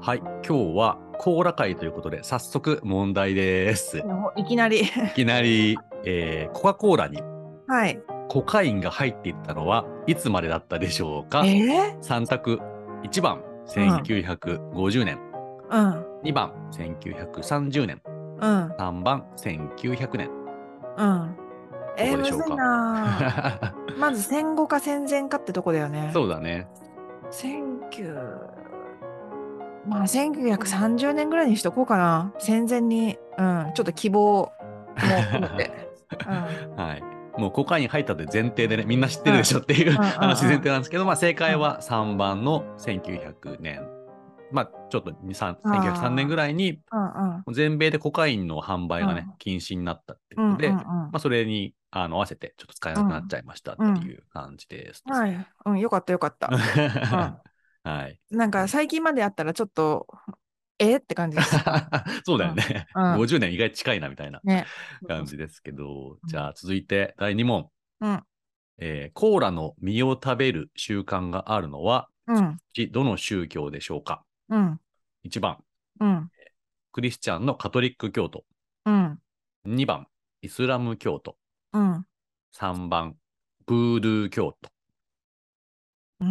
はい、今日はコーラ会ということで、早速問題です。 いきなりいきなり、コカ・コーラにはい。 コカインが入っていったのはいつまでだったでしょうか？ ー、 3 択。1番、 うん、 1950年。 うん、 2番、1930年。 うん、 3番、1900年。 うん。 どこでむずいしょうか？ なぁ。まず戦後か戦前かってとこだよね。 そうだね。 まあ1930年ぐらいにしとこうかな。戦前に、ちょっと希望も込めて。うん、うん、 はい。もうコカイン入ったって前提でね、みんな知ってるでしょうん、 っていうう話前提ん、 なんですけど、まあ正うん。 解は3番の1900年。まあちょっと1903年ぐあらいにあ、うん、 全米でコカインの販売がね、 うん、 禁止になったってうん、 ことで、 うん、うん、 まあそれに合わせてちょっと使えなくなっちうん、 ゃいましたっうん。 ていう感じですと。 はい。うん、よかった、よかった。うん。 はい。 なんか最近まであったらちょっと、って感じです。 そうだうん。 よね。 うん。 50年意外と近いなみたいなね。そうそうそ感じですけど、 う。うん。 じゃあ続いて第2問。 うん。 コーラの実を食べる習慣があるのは、 うん。 どの宗教でしょうか？ うん。 1 番、 うん。 クリスチャンのカトリック教徒。 うん。 2番、イスラム教徒。 うん。 3番、ブードゥー教徒。 うん。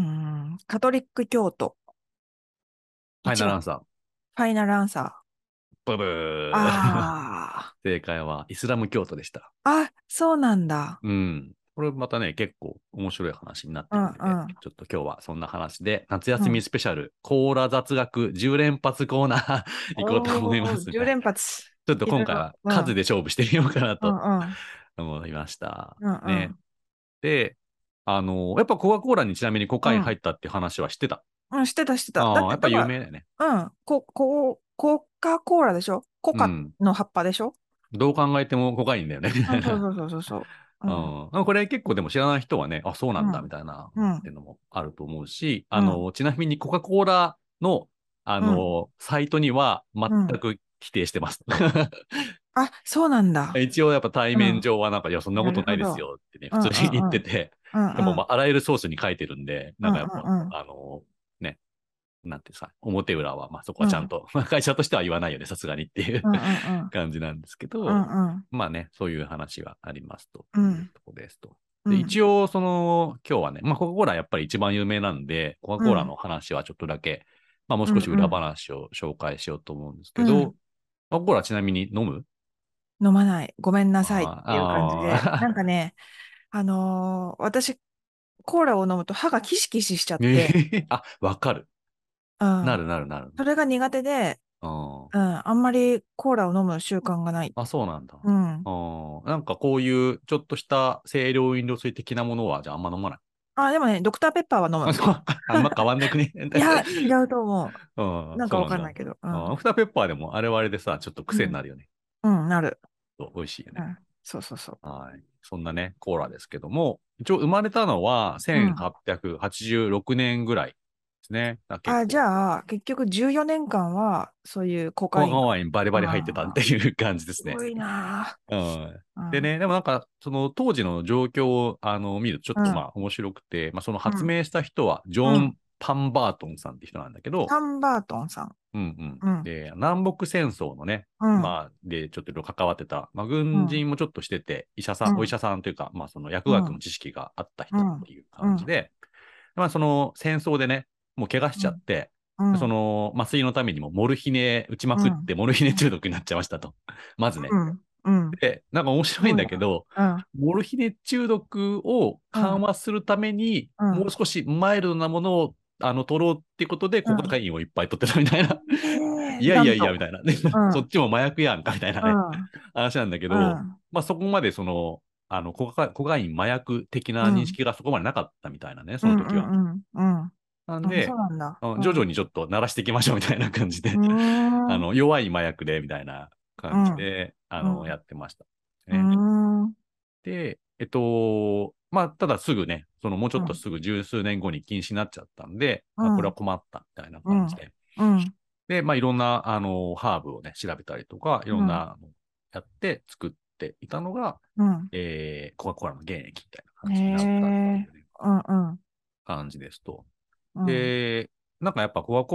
カトリック教徒。 ファイナ 1番。 ルアンサー。 ファイナルアンサブブー。 ー。 あ正解はイスラム教徒でした。 あ。あ、そうなんだ。 うん。これまたね、結構面白い話になっうん。 てくるんで、 うん。 ちょっと今日はそんな話で、夏休みうん。 スペシャル、コーラ雑学10連発コーナー行こうと思いまおー、10 すね。 連発。 ちょっといろいろ。 今回はうん。 数で勝負してみようかなとうん。うん。 思いました。 うん。うね。 ん。 で、やっぱコカ・コーラにちなみにコカイン入うん。 ったって話は知ってた？ うん、してた、してた。だああ、 って、 やっぱだか有名だよね。 ら、コカ・コーラでしょ？コカうん。 の葉っぱでしょ？ どう考えてもコカインだよね。 うん、そうそうそうそうそう。うん。 うん、これ結構でも知らない人はね、あ、そうなんだみうん。 たいなうん。 っていうのもあると思うし、 うん。 ちなみにコカ・コーラの、 うん。 サイトには全うん。 く否定してます。 あ、そうなんだ。 一応やっぱ対うん。 面上はなんか、いや、そんななことないでするほど。 よってね、 うん。うん。 普通に言っうん。 てて、 うん。 でも、 うん。 まあ、あらゆるソースに書いてるんで、 うん。 なんかやっぱ、 うん。 ね、なんてさ、表裏は、まあそこうん。 はちゃんと、まあ会社としては言わないよね、さすがにっていううん。うん。 感じなんですけど、 うん。うん。 まあね、そういう話がありますとうん。 いうところですと。で、 うん。 一応、今日はね、まあコカ・コーラやっぱり一番有名なんで、コカ・コーラの話はちょっとだけ、まあもううん。 少し裏うん。 話を紹介しようと思うんですけど、 うん。 コカ・コーラちなみに飲む？ 飲まない。ごめんなさいっていう感じで。 ああなんかね、私、コーラを飲むと歯がキシキシしちゃっー、 て、 あ、わかる。 うん。 なるなるなる。 それが苦手で、 うん。 うん。あんまりコーラを飲む習慣がない。 あ、そうなんだ。 うん。 なんかこういうちょっとした清涼飲料水的なものは、じゃああんま飲まない？ あ、でもね、ドクターペッパーは飲あ、 む。 そう、あんま変わんなくね。 いや、違うと思うう。 ん、 なんかわそうなんだ。 かんないけど。うん。 アフターペッパーでもあれはあれでさ、ちょっと癖にうん。 なるよね。 うん、なる。 そう美味しいよね。 うん。そうそうそう。 はい。そんなね、コーラですけども、一応生まれたのはうん。 1886年ぐらいですね。結あ、じ構、 ゃあ、結局14年間は、そういうコカインが。 コカワインバリバリ入ってたってああ、 いう感じですね。 すごいなうん。であ。 ね、でもなんか、その当時の状況を見るとちょっうん。うん。 とまあ面白くて、まあそのうん。 発明した人はジョン・うん。 パンバートンさんって人なんだけど、 タンバートンさん。 うんうん。 うん。 で、南北戦争のね、 うん。 まあ、で、ちょっといろいろ関わってた、まあ、 うん。 軍人もちょっとしてて、お医うん。 者さんというか、まあ、その薬うん。 学の知識があったうん。 人っていううん。 感じで、まあ、その戦争でね、もう怪我しちゃって、 うん。 その麻酔のためにもモルヒネ打ちまうん。 くって、モルヒネ中毒になっちゃいましたと。まずね。 うん。うん。 で、なんか面白いんすごいな。 だけど、 うん。 モルヒネ中毒をうん。 緩和するために、 うん。 もう少しマイルドなものを取ろうっていうことで、コカうん。 インをいっぱい取ってたみたいな。いやいやいや、みなんと。 たいな。 うそっん。 ちも麻薬やんか、みたいなね、 うん。 話なんだけうど、 ん。 まあそこまでコカイン麻薬的な認うん。 識がそこまでなかったみたいなね、そうん。 の時は。 うん。うん。うん。そうなんで、 なんだ。 徐々にちょっと鳴らしていきましょうみたいな感じで、 うん。うーん。 弱い麻薬で、みたいな感じうん。 で、 うん。 やってました。 うね。 ん。うん。 で、まあ、ただすぐね、もうちょっとすぐ十数年後に禁止になっちゃったんで、 うん。 これは困ったみたいなうん。 感じで。 うん。 で、まあ、いろんな、ハーブをね、調べたりとか、いろんうん。 なのやって作っていたのが、 うん。 コカ・コーラの原液みたいなへ感じになったっていえ。 うね、 うん。うん。 感じですと。 うん。 で、なんかやっぱコカ・コーラ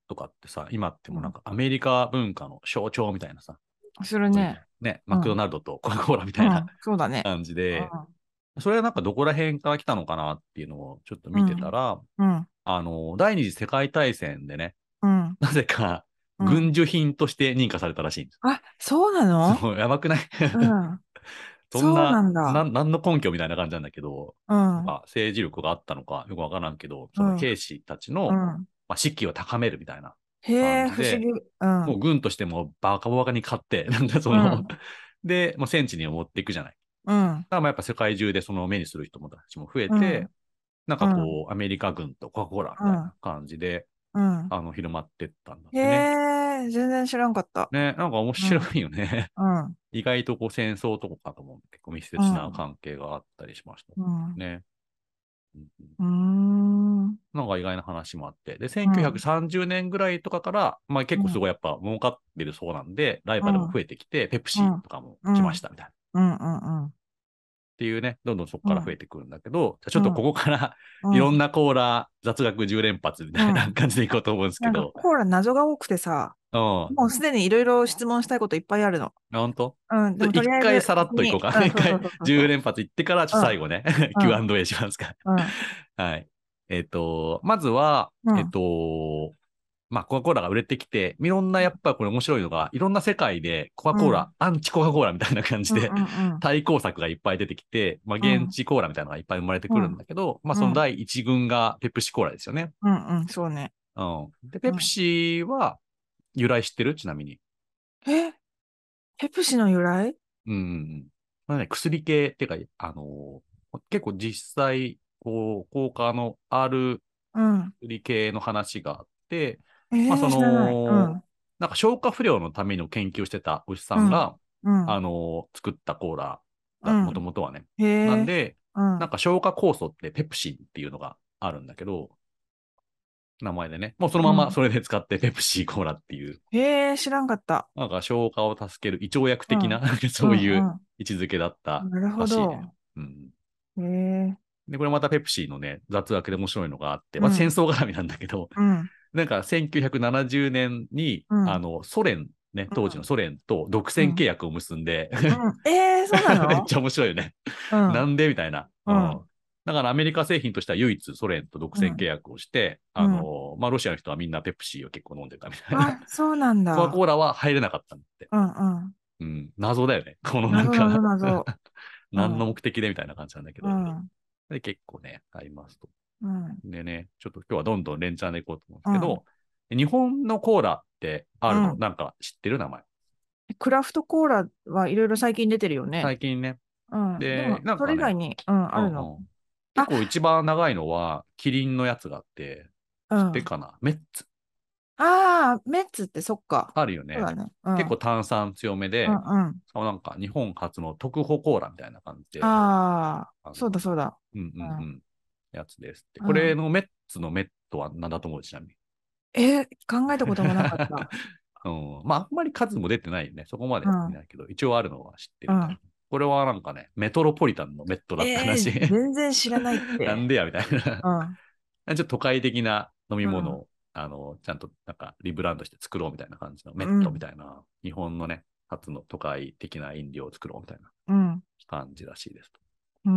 とかってさ、今ってもうなんうかアメリカ文化の象徴みたいなさ、 ん。するそういうね。 ね、マクドうん。 ナルドとコカ・コーラみたいなうん。そうだね。 感じで、 うそれはなんかどこら辺から来たのかなっていうのをちょっと見てたん。 ら、 うん。 第二次世界大戦でね、 うん。 なぜかうん。 軍需品として認可されたらしいんです。 あ、そうなの？ そう、やばくない？ うん。 そんそうな、 なんだ。 何の根拠みたいな感じなんだけど、 うん。 まあ、政治力があったのかよくわからんけど、そのうん。 兵士たちの、 うん。 まあ、士気を高めるみたいなへえ、不思議。 感じで、 うん。 もう軍としてもバカバカに勝って、なんかその、 うん。 で、もう戦地に持っていくじゃない。だうん。 からまあやっぱ世界中でその目にする人もたちも増えうん。 て、なんうん。 かこう、アメリカ軍とコカ・コーラみたいな感じで、 うん。 広まってったんだっへてね。 え、全然知らんかった。 ね、なんか面うん。 白いよね。 うん。 意外とこう戦争とかとも結構密接なうん。 関係があったりしましたうん。 ね。うんうん、 うーん。 なんか意外な話もあって。で、 うん。 1930年ぐらいとかから、まあ結構すうん。 ごいやっぱ儲かってるそうなんで、ライバルもうん。 増えてきて、ペプうん。 シとかもうん。 来ましたみたいな。っうん。うん。 ていうね、どんどんそこから増えうん。 てくるんだけど、じゃあちょっとこうん。 こからうん。 いろんなコーラ雑学10連発みたいなうん。 感じでいこうと思うんですけなんかど、 コーラ謎が多くてさ、 うん。 もうすでにいろいろ質問したいこといっぱいあるの。 本当？ うん。でもとりあえず一回さらっ先に、 といこうか。 うん、 一回そうそうそうそう 10 そ連発いってから、ちょっう。 とうん。 最後ね、 うん。 Q&A しますか。 うん。 はい。まずは、 うん。 まあ、コカ・コーラが売れてきて、いろんな、やっぱこれ面白いのが、いろんな世界でコカ・コーラ、 うん。 アンチコカ・コーラみたいな感じうん。 で、 うん。 対抗策がいっぱい出てきて、まあ、 うん。 現地コーラみたいなのがいっぱい生まれてくるんうん。 だけど、まあ、 うん。 その第一軍がペプシコーラですよね。 うん。うん。そうね。 うん。で、ペプうん。 シは、由来知ってる？ちなみに。 え、ペプシの由来？ うんうんうん。まあね、薬系っていうか、結構実際、こう、効果のあるうん。 薬系の話があって、まあ、 知らない。うん。 なんか消化不良のための研究をしてたお医者さうん。 んが、 うん。 作ったコーラだ、もとうん。 もとはね。 へえ。 なんで、 うん。 なんか消化酵素ってペプシンっていうのがあるんだけど、名前でね。もうそのままうん。 それで使ってペプシーコーラっていう、 へえ、知らんかった。 なんか消化を助ける胃腸薬うん。 的なうそういうん。う位置づけだったん。なるほらしいね。 ど。 うん。 へえ。 で、これまたペプシーのね、雑学で面白いのがあって、まあ戦うん。 争絡みなんだけど、 うん。 なんか1970年に、 うん。 ソ連、ね、 うん。 当時のソ連と独占契うん。 約を結んでうん。そうなの？ めっちゃ面白いよね。 うん。 なんでみたいな。うん。 うん。 だからアメリカ製品としては唯一ソ連と独うん。 占契約をして、 うん。 まあ、ロシアの人はみんなペプシーを結構飲んでたみたいな。 あ、そうなんコカ・コーだ。 ラは入れなかったんだって。 うん。うん。 うん。謎だよね。このなん謎謎か謎。う何のん。 目的でみたいな感じなんだけど。 うん。 で、結構ね、ありますと。 うん。 でね、ちょっと今日はどんどん連チャンでいこうと思うんですうん。 けど、日本のコーラってあるのうん。 なんか知ってる名前？ クラフトコーラはいろいろ最近出てるよね。 最近ね。 うん。でで、 も、そなんかね、 れ以外に、うん、あるの。 うんうん。結あ、 構一番長いのは、キリンのやつがあって、知ってるうん。 かな？メッツ。 ああ、メッツってそっか。 あるよね。 そうだね。うん。 結構炭酸強めうんで、 うん。 なんか日本初の特保コーラみたいな感じで、 ああ、 あの、 そうだそうだ。 うんうんううん。 ん、やつですって。 うん。 これのメッツのメットは何だと思う？ちなみに。 考えたこともなかった。 うん、まあ、あんまり数も出てないよね。そこまで見うん。 ないけど、一応あるのは知ってるみたいな。 うん。 これはなんかね、メトロポリタンのメットだった話。 全然知らないっなんて。 でやみたいうん。 な。ちょっと都会的な飲みうん。 物を、ちゃんとなんかリブランドして作ろうみたいな感じのメットみうん。 たいな、日本のね、初の都会的な飲料を作ろうみたいなうん。 感じらしいですと。 うん。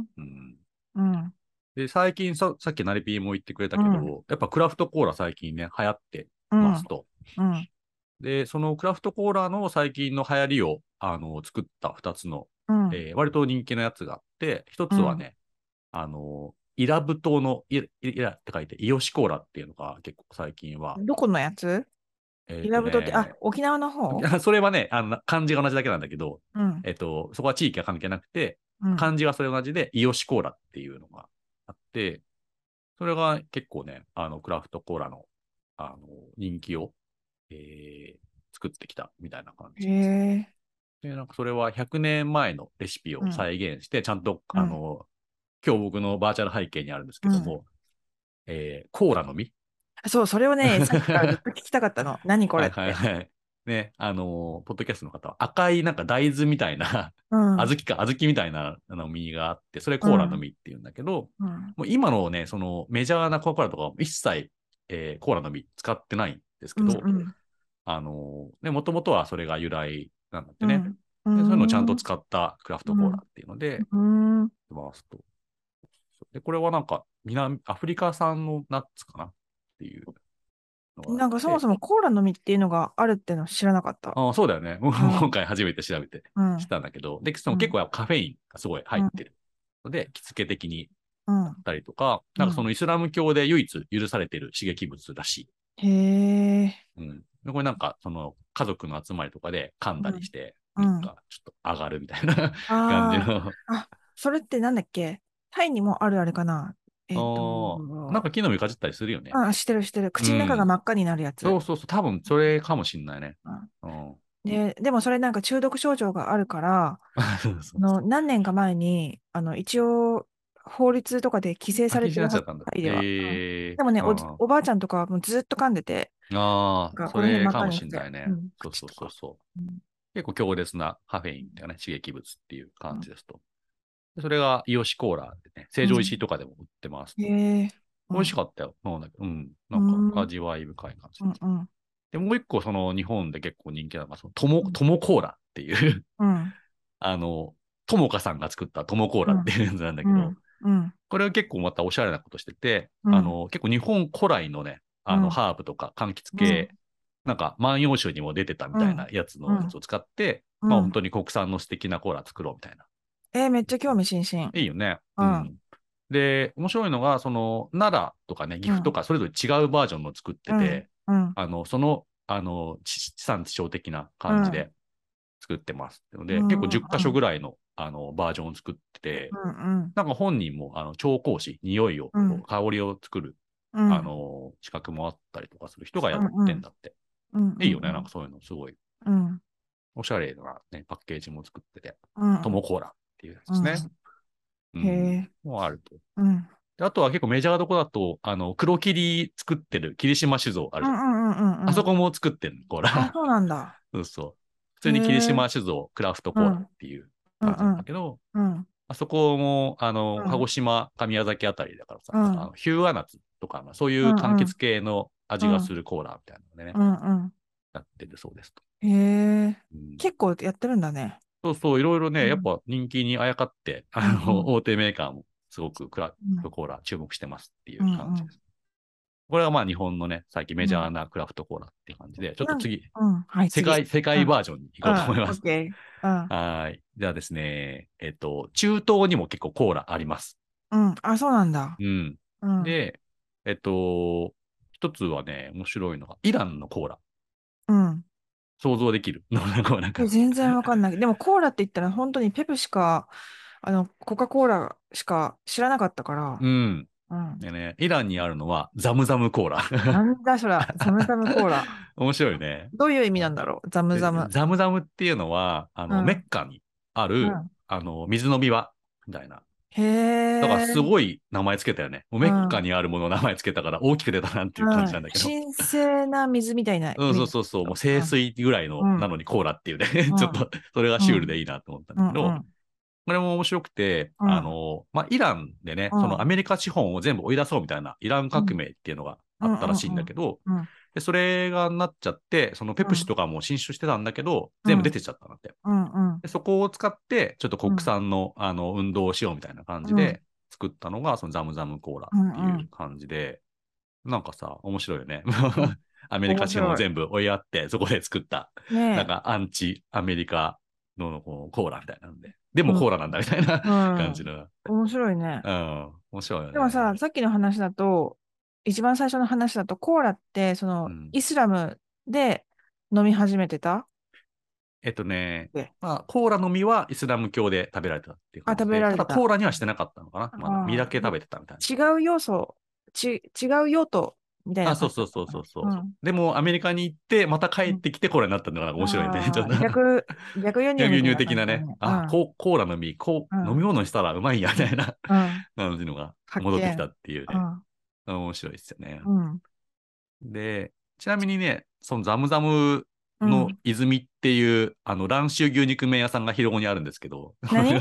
うん。 うん。 で、最近さっきナリピーも言ってくれたうん。 けど、やっぱクラフトコーラ最近ね、流行ってうん。 ますと。 うん。 で、そのクラフトコーラの最近の流行りを、作った2つの、 うん。 割と人気のやつがあって、1 うん。 つはね、イラブ島のイラって書いて、イヨシコーラっていうのが結構最近は、 どこのやつ？ えっとイラブトって、 ね、 沖縄の方？ それはね、漢字が同じだけなんだけど、 うん。 そこは地域が関係なくて、 うん。 漢字がそれ同じで、イヨシコーラっていうのがあって、それが結構ね、クラフトコーラの、人気を、作ってきたみたいな感へじですね。 え。 で、なんかそれは100年前のレシピをうん。 再現して、ちゃんと、 うん。 今日僕のバーチャル背景にあるんですけうん。 ども、コーラの実。 そう、それをね、さっきからずっと聞きたかったの。何こはいはいれって。 はい。ね、ポッドキャストの方は赤いなんか大豆みたいなうん。 小豆みたいな実があって、それコーラのうん。 実っていうんだけど、 うん。 もう今のね、そのメジャーなコカ・コーラとか一切コーラの実使ってないんですけど、もともとはそれが由来なんだってね。でそういうのをちゃんと使ったクラフトコーラっていうので、ますと。で、これはなんか、南アフリカ産のナッツかなっていうのがあっなんかそもて、 そもコーラの実っていうのがあるっていうの知らなかった。 そうだよね。今回初めて調べて知ったんだけど、で、その結構カフェインがすごい入ってるので、着付け的にあったりとか、なんかそのイスラム教で唯一許されている刺激物らしい。 へえ。 これなんか、その家族の集まりとかで噛んだりして、 うん。 なんかちょっと上がるみたいな感じあの。 あ。それってなんだっけ？タイにもあるあれかな？ なんか木の実かじったりするよね。 してるしてる。口の中がうん。 真っ赤になるやつ。 そうそうそう、多分それかもしんないね。うん。 でもそれなんか中毒症状があるから、 そうそうそう。 何年か前に、一応、法律とかで規制さ禁止にれてるはず、 なっちゃったんだ。 タイでは。でもね、 あおばあちゃんとかはもうずっと噛んでて、 あ、そこの辺真っれかもし赤にして、 んないね。そうそう口とか。 そうそう。 うん。 結構強烈なカフェインみたいなね、刺激物っていう感じですと。それがイオシコーラでね、成城石井とかでも売ってますと。 へえ。 美味しかったよ。なんかうん。 味わい深い感じで。 うん。 で、もう一個その日本で結構人気なのが、そのトモコーラっていううん。 あの、ともかさんが作ったトモコーうん。 ラっていうやつなんだけど、 うん。うん。 これは結構またおしゃれなことしてて、 うん。 結構日本古来のね、 うん。 ハーブとか柑橘うん。 系、なんか万葉集にも出てたみうん。 たいなやつうん。 のやつを使って、まあ本うん。 当に国産の素敵なコーラ作ろうみたいな。 めっちゃ興味津々。 いいよね。 うん。 で、面白いのが、その、奈良とかね、岐阜とうん。 かそれぞれ違うバージョンの作ってうん。 て、 うん。 地産地消的なうん。 感じで作ってます。ので、結構うん。 10箇所ぐらいの、バージョンを作ってて、 うん。 なんか本人も、調香師、匂いを、 うん。 香りを作る、 うん。 資格もあったりとかする人がやっうん。うん。 てんだって。 うん。 いいよね、なんうん。 かそういうの、すごい、 うん。 おしゃれなね、パッケージも作ってて、 うん。 トモコーラっていうやつでうん。 すね。 へえ。 もうあると。 うん。 であとは結構メジャーどこだと、黒霧作ってる霧島酒造あるじゃん。 うん。うん。うん。うん。 あそこも作ってるコーあ、 ラ。 そうなんだ。 そうそう。普へ通に霧え。 島酒造クラフトコーラっうん。 ていううん。 感じなんうん。 だけど、 うん。 あそこも、鹿児うん。 島、宮崎あたりだからさ、 うん。 ヒューアナッツとか、そういう柑うん。 橘系の味がするコーラみたいなのでね、 うん。うん。 やってるそうですと。 へえ。 うん、 結構やってるんだね。 そうそう、いろいろね、やっうん。 ぱ人気にあやかって、 うん。うん。 大手メーカーもすごくクラフうん。 トコーラ注目してますっていううん。うん。 感じです。これはまあ日本のね、最近メうん。 ジャーなクラフトコーラっていう感じで、ちょっと次、 うん。はい、次。 世うん。 界バージョンに行こうと思いうん。 ます。 オッケー。うん。 はい。ではですね、中東にも結構コーラあります。 うん。あ、そうなんだ。 うん。 うん。 で、一つはね、面白いのが、イランのコーラ。 うん。 想像できるのなんか、 全然わかんない。でもコーラって言ったら本当にペプしか、コカ・コーラしか知らなかったから。 うん。 うん。 でね、イランにあるのはザムザムコーラ。 なんだそら、ザムザムコーラ。 面白いね。 どういう意味なんだろう、ザムザム。 ザムザムっていうのは、メうん。 ッカにある、 うん。 水飲み場みたいな。 へだからすえ。 ごい名前つけたよね。もうメッカうん。 にあるものを名前つけたから大きく出たなっていう感じうん。 なんだけど。 神聖な水みたいなうん、 意味だそうそうそう。もううん。 清水ぐらいの、 うん。 なのにコーラっていうね。 うん。 ちょっと、それがシュールうん。 でいいなと思ったんうん。うだけど、 ん。 これも面白くて、 うん。 まあ、イランでね、 うん。 そのアメリカ資本を全部追い出そうみたいなイランうん。 革命っていうのがうん。 あったらしいんうん。 だけど、 うん。 でそれがなっちゃって、そのペうん。 プシとかも進出してたんだけど、 うん。 全部出てっちゃったんだって。 うん。うん。 でそこを使って、ちょっとうん。 国産の、運動をしようみたいな感じうん。 で作ったのが、そのザムザムコーラっていううん。 感じで、なんかさ、面白いよね。 うん。 アメリカ資本を面白い。 全部追いやって、そこで作った、なんねかアンチアメリカのこうコーラみたいなんで、でえ。うん。 もコーラなんだみたいなう感じん。 の。 面白いね。 うん、面白いよでもさ、 ね。 さっきの話だと、一番最初の話だと、コーラって、 うん。 イスラムで飲み始めてたで、 まあ、コーラの実はイスラム教で食べられたっていうあ、食べ感じで、ただコーられてた。 ラにはしてなかったのかなまだ。実だああ、 け食べてたみたいな。 違う要素、違う用途みたいなあ、そ感うそうそうじだったかな。 そうそう。 うん。 でも、アメリカに行って、また帰うん。 ってきてコーラになったのが面白いね。ちょっとああ、逆輸入み牛乳たいな的なね。 感じだね。うあ、 ん。 コーラの実、 うん。 飲み物にしたらうまいや、みたいなうん。 感じのが発見。 戻ってきたっていうね。 うん。 面白いですよね。 うん。 で、ちなみにね、そのザムザムのうん。 泉っていう、蘭州牛肉麺屋さんが広尾にあるんですけど、 何？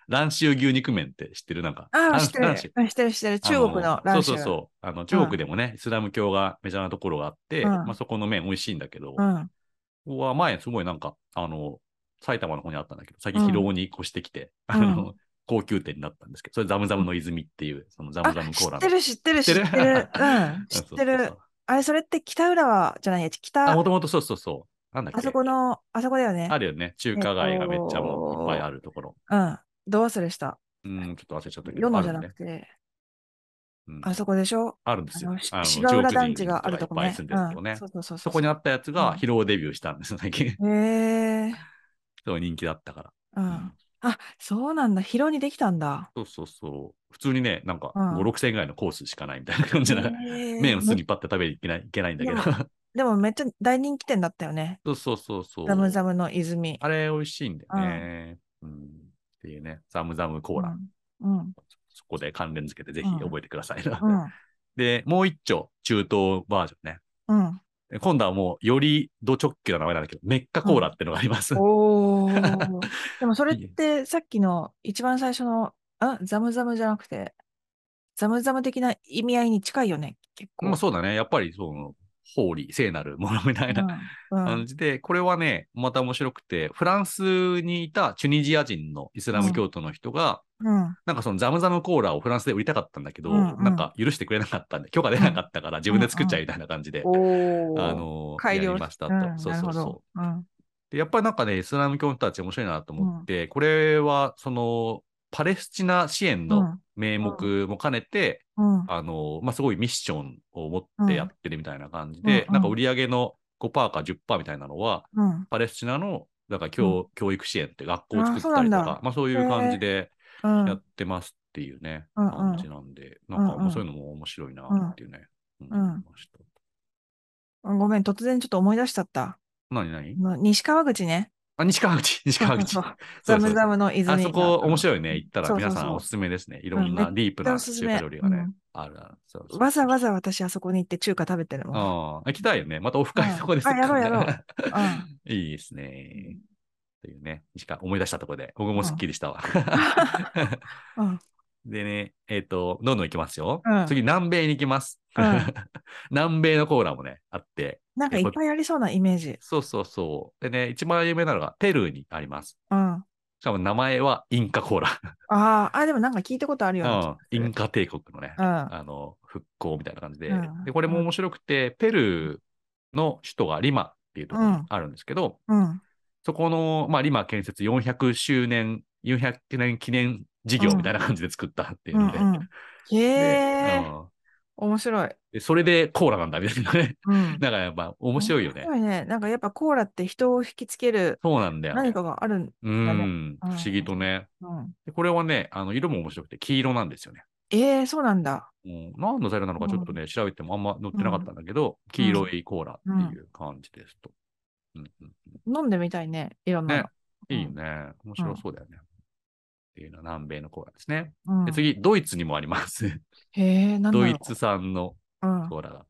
蘭州牛肉麺って知ってる？なんか、 ああ、知ってる。 蘭州。 知ってる、知ってる。中国のそう蘭州。 そうそう。中国うん。 でもね、イスラム教がメジャーなところがあって、まあうん。 そこの麺美味しいんだけど、 うん。 ここは前すごいなんか、埼玉の方にあったんだけど、最近うん。 広尾に越してきて、 うん。 高級店になったんですけど、それザムザムの泉っていう、そのザムあ、 ザムコーラの。 知ってる、知ってる、 知ってる？ 知ってる。うん。知っそうてる。 そうそう。 あれ、それって北浦和じゃないや、 あ、も北、 ともとそうそうそう。なんだっあそけ？ この、あそこだよね。 あるよね。中華街がめっちゃもういっぱいあるところ。 うん。どう忘れした。 ちょっと忘れちゃったけど、 与野じゃあるんで。 なくて、 うん。 あそこでしょ？ あるんですよ。中芝浦団地があ国人の人がいっるとこね。 ぱい住んでうん。 るとこね。 そうそうそうそうそそこにあったやつがう。 疲労デビューしたんですよ、最近。 うん。へえ。 すごい人気だったから。 うん。 うん。 あ、そうなんだ。広にできたんだ。 そうそうそう。普通にね、なんか5、 うん。 6千円ぐらいのコースしかないみたいな感じで、 へえ。 麺を普通にパッて食べにいけないんだけど。 でも、でもめっちゃ大人気店だったよね。 そうそうそうザムそう。 ザムの泉。 あれ美味しいんだようん。 ね。うん。っていうね、ザムザムコーラ。 うん。うん。 そこで関連付けてぜうん。 ひ覚えてくださいな。 うん。 で、もう一丁、中東バージョンね。 うん。 今度はもう、よりド直球な名前なんだけど、メッカうん。 コーラってのがあります。 おー。でもそれっいい。 てさっきの一番最初の、ザムザムじゃなくて、ザムザム的な意味合いに近いよね、結構。 まあそうだね。やっぱりその、ホーリー、聖なるものみたいなうん。う感ん。 じで、これはね、また面白くて、フランスにいたチュニジア人のイスラうん。 ム教徒の人が、 うん。 なんかそのザムザムコーラをフランスで売りたかったんだけうん。 ど、 うん。 なんか許してくれなかったんで、許可出うん。 なかったから自うん。 分で作っうん。 ちゃいみたいな感じで、 おー。改やり良し、 ましたと。 うん。 そうなるほど。 そうそう。 うん。 で、やっぱりなんかね、イスラム教の人たち面白いなとうん。 思って、これは、その、パレスチナ支援のうん。 名うん。 目も兼ねて、 うん。 まあ、すごいミッションを持っうん。 てやってるみたいな感じうん。 で、なんか売うん。 上の5%か10%みたいなのは、 うん。 パレスチナの、だからうん。 教育支援って学校をああ、 作っそうなたりとか、 んだ。 まあそういう感じへえ。 でうん。うん。 やってますっていうね、 うん。 感じなんで、なんか、まあそううん。 いうのも面白いなうん。 っていうね、思いうん。 ました。 ごめん、突然ちょっと思い出しちゃった。 何？ 西川口ね。 あ、西川口、西川口。 そうそうそう。ザそうです、そうです。 ムザムのあそ泉が。 こ面白いね。行ったらそう皆さんおすそうそすめですね。いう。 ろうん、めっんなディープちゃおな中華すすめ。 料理がね、 うん。 あるある。そうそうわざそうそわざ私あそこに行って中華食べてるもう。 ん。 行きたいよね。またオフうん。 会そこですあ、やっかろうやろね。 う。うん。 いいですね。っていうね。思い出したところで、僕もうん。 すっきりしたわ。 うん。 でね、どんどん行きますよ。 うん。 次、南米に行きます。 うん。 南米のコーラもね、あって。 なんかいっぱいありそうなイメージ。 そうそうそう。でね、一番有名なのがペルーにあります。 うん。あしかも名前はインカコーラ。 でもなんか聞いたことあるような気うん、 がする。 インカ帝国のね、 うん。 復興みたいな感じで。 うん。 で、これも面うん。 白くて、ペルーの首都がリマっていうところにうん。 あるんですけど、 うん。 そこの、まあ、リマ建設400周年、400年記念事業みたいうん。 な感じで作ったっていううん。 ので、 うん。へで、 え、面白い。 それでコーラなんだみたいなね。 うん。 だからやっぱ面面白いよね。 白いね。なんかやっぱコーラって人を引きつけるそうなんだよ。 何かがあるんだね。う不思議ん。 とね。 うん。 でこれはね、色も面白くて黄色なんですよね。 そうなんだ。 何の材料なのかうん。 ちょっとね、調べてもあんま載ってなかっうん。 たんだけど、黄色うん。 いコーラっうん。 ていう感じですと。うんうんうん、 飲んでみたいね。いろんなね。 の。ういいよん。 ね。面うん。 白そうだよね。っていうのは南米のコーラですね。で、 うん。 次、ドイツにもあります。 へえ、なんドイツだろ産のう。うん。 コーラがあって、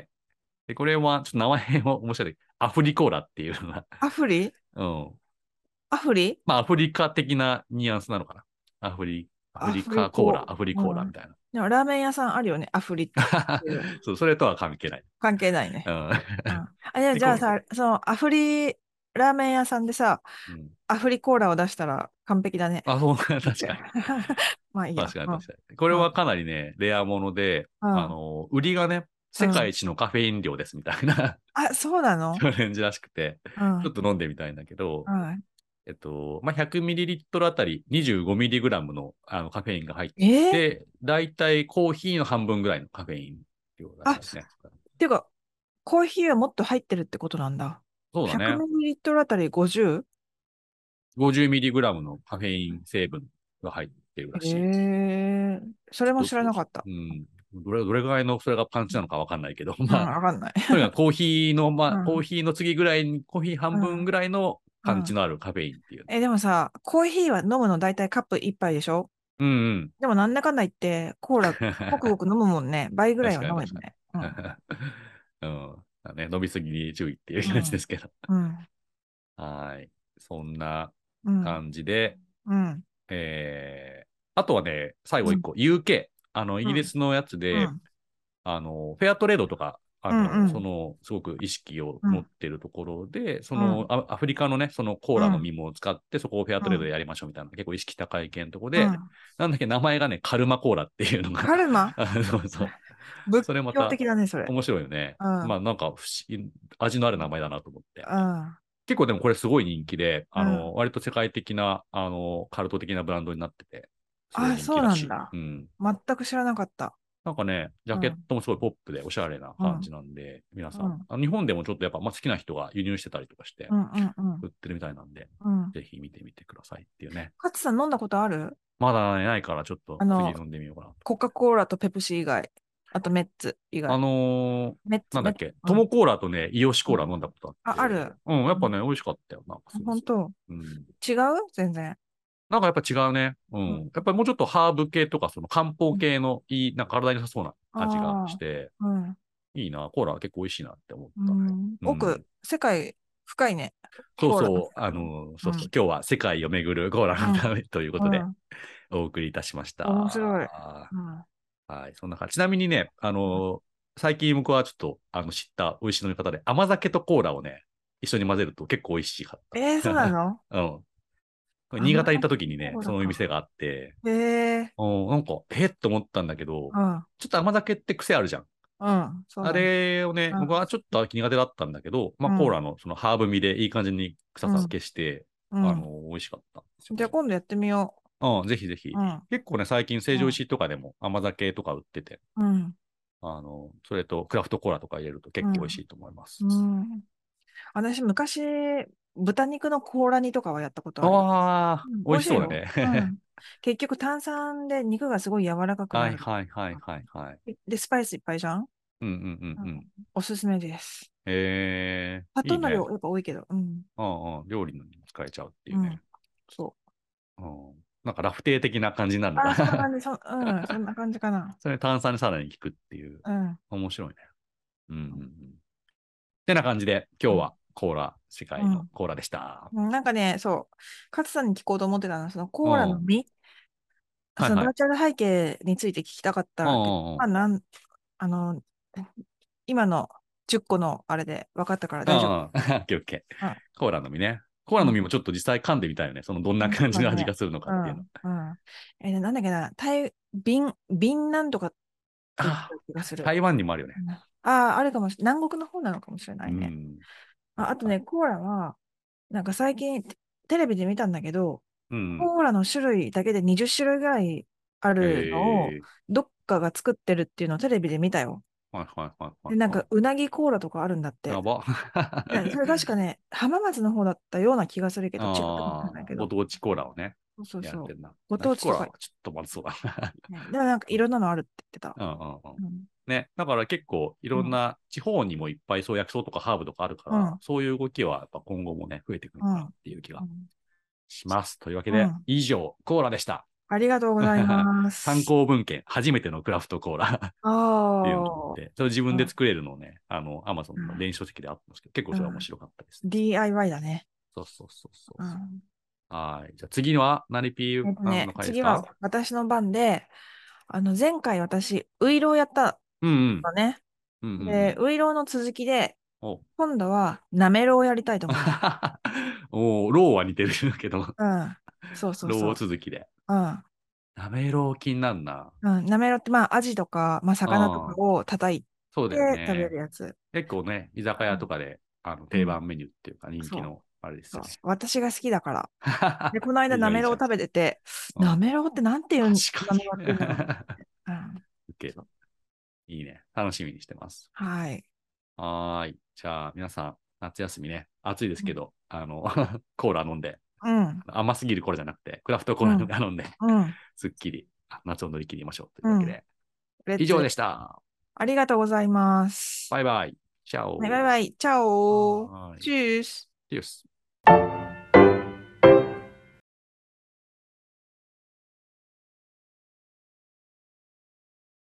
で、これはちょっと名前も面白い。アフリコーラっていうのが、 アフリうん。 アフリまあ、アフリカ的なニュアンスなのかな。アフリアフリカコーラ、 コ。 アフリうん。 コーラみたいな。 でもラーメン屋さんあるよね。アフリっていう。 そう、それとは関係ない。 関係ないね。 うん。 うん。 で、 じゃあさ、そのアフリラーメン屋さんでさ、 うん、 アフリコーラを出したら完璧だね。 あ、そう、確かに。 まあいいや。 確かにうん。 確かに。これうん。 はかなりね、レアもので、 うん。 売りがね、世界うん。 一のカフェイン量ですみたいなあ、そうなチの？ ャレンジらしくて、 うん。 ちょっと飲んでみたいんだけど、 うん。 まあ、100ml あたり 25mg の、カフェインが入っえー、 て、だいたいコーヒーの半分ぐらいのカフェイン量らあ、っしいですね。 ていうか、コーヒーはもっと入ってるってことなんだ。 そうだね。 100ml あたり 50？ 50mg のカフェイン成分が入ってるらしい。 それも知らそうそうそなかった。 う。うん。どれぐらいのそれがパンチなのかわかんないけど、 うん、 まあ、 わかんない。 とにかくコーヒーの、まあ、コーうん。 ヒーの次ぐらいに、コーヒー半分うん。 ぐらいのうん。 パンチのあるカフェインっていうね。 でもさ、コーヒーは飲むの大体カップ一杯でしょ？ うんうん。 でもなんだかんだ言って、コーラ、ごくごく飲むもんね。倍ぐらいは確かに確か飲めるね。うん。 に。うん。ね、飲みすぎに注意っていう感じでうん。 すけど。 うん。 はい。そんなうん。 感じで、 うん。 あとはね、最後1個、UK、イギリスのやつで、フェアトレードとか、すごく意識を持ってるところで、アフリカのね、そのコーラの実も使って、そこをフェアトレードでやりましょうみたいな、結構意識高い系のところで、なんだっけ、名前がね、カルマコーラっていうのが、 カルマそうそう。 仏教それまた的だね、それ。 面白いよね。まあなんか不思議、味のある名前だなと思って。 うん。 結構でもこれすごい人気で、割と世界的な、カルト的なブランドになってて、すごいあ、 人そう気らしい。 なんだ。 うん。 全く知らなかった。 なんかね、ジャケットもすごいポップでおしゃれな感じなんで、皆さん、日本でもちょっとやっぱ、好きな人が輸入してたりとかして、売ってるみたいなんで、ぜひ見てみてくださいっていうね。 勝さん飲んだことある？ まだね、ないからちょっと次飲んでみようかなと。 コカ・コーラとペプシ以外、あとメッツ以外。 なんだっけ、トモコーラとね、イオシコーラ飲んだことあって、 ある。 やっぱね、美味しかったよ。なんか本当？違う全然。 なんかやっぱ違うね。やっぱりもうちょっとハーブ系とか、その漢方系のいい、なんか体に良さそうな味がして、いいな、コーラは結構美味しいなって思ったね。 奥、世界深いね。 そうそう、そうそう、今日は世界を巡るコーラのためということで、お送りいたしました。 面白い。 はい、そんな感じ。ちなみにね、最近僕はちょっと、知った美味しい飲み方で、甘酒とコーラをね、一緒に混ぜると結構美味しかった。 そうなの？ うん。新潟に行った時にね、そのお店があって、なんか、って思ったんだけど、ちょっと甘酒って癖あるじゃん。あれをね、僕はちょっと苦手だったんだけど、コーラのそのハーブ味でいい感じに臭さ消して、美味しかったんですよね。 じゃあ今度やってみよぜひぜひ。結構ね、最近成城石井とかでも甘酒とか売ってて、それとクラフトコーラとか入れると結構美味しいと思います。 私、昔、豚肉の甲羅煮とかはやったことあるよ。 美味しそうだね。 結局、炭酸で肉がすごい柔らかくなる。 はいはいで、スパイスいっぱいじゃん。おすすめです。パッいいね。 との量やっぱ多いけど。 料理に使えちゃうっていうね。 そう。 なんかラフテー的な感じになるのかな。 そんな感じ、そんな感じかな。 それ炭酸にさらに効くっていう。面白いね。ってな感じで、今日はコーラ、世界のコーラでした。 なんかね、そう、勝さんに聞こうと思ってたのは、そのコーラの実、そのバーチャル背景について聞きたかったけど、あの、今の10個のあれで分かったから大丈夫。 オッケーオッケー。コーラの実ね。コーラの実もちょっと実際噛んでみたいよね。そのどんな感じの味がするのかっていうの。 なんだっけな、瓶なんとかって言った気がする。 台湾にもあるよね。 あるかもしれない。南国の方なのかもしれないね。あとね、コーラは、なんか最近テレビで見たんだけど、コーラの種類だけで20種類ぐらいあるのを、どっかが作ってるっていうのをテレビで見たよ。で、なんか、うなぎコーラとかあるんだって。 やば。 それ確かね、浜松の方だったような気がするけど、違うかもしれないけど。 ご当地コーラをね。 そうそう。 ご当地コーラはちょっとまずそうだな。でもなんかいろんなのあるって言ってた。 ね。だから結構いろんな地方にもいっぱいそう薬草とかハーブとかあるから、そういう動きはやっぱ今後もね、増えてくるかなっていう気がします。というわけで、以上、コーラでした。 ありがとうございます。 参考文献、初めてのクラフトコーラっていうので、それ自分で作れるのをね、アマゾンの電子書籍であったんですけど、結構それは面白かったです、ね。 DIY だね。 そうそうそうそう。はい。じゃあ次は何ピーの回ですか？ 次は私の番で、前回私、ウイローやったのね。で、ウイローの続きで、今度はなめろうをやりたいと思います。 ローは似てるけど。 そうそうロそう。 ー続きで。なめろう気になんな。 なめろうってアジとか、魚とかを叩いてそうだよね。 食べるやつ。 結構ね、居酒屋とかで、定番メニューっていうか人気のあれですよね。 私が好きだから。で、この間なめろう食べてて、 いいなめろうってなんていうなめろうっていうのいいね。楽しみにしてます。 はい。 はい。じゃあ、皆さん、夏休みね、暑いですけど、コーラ飲んで、甘すぎるコーラじゃなくて、クラフトコーラ飲んで、すっきり夏を乗り切りましょうというわけで、以上でした。 ありがとうございます。 バイバイ。チャオ。 バイバイ。チャオ。チュース。 チュース。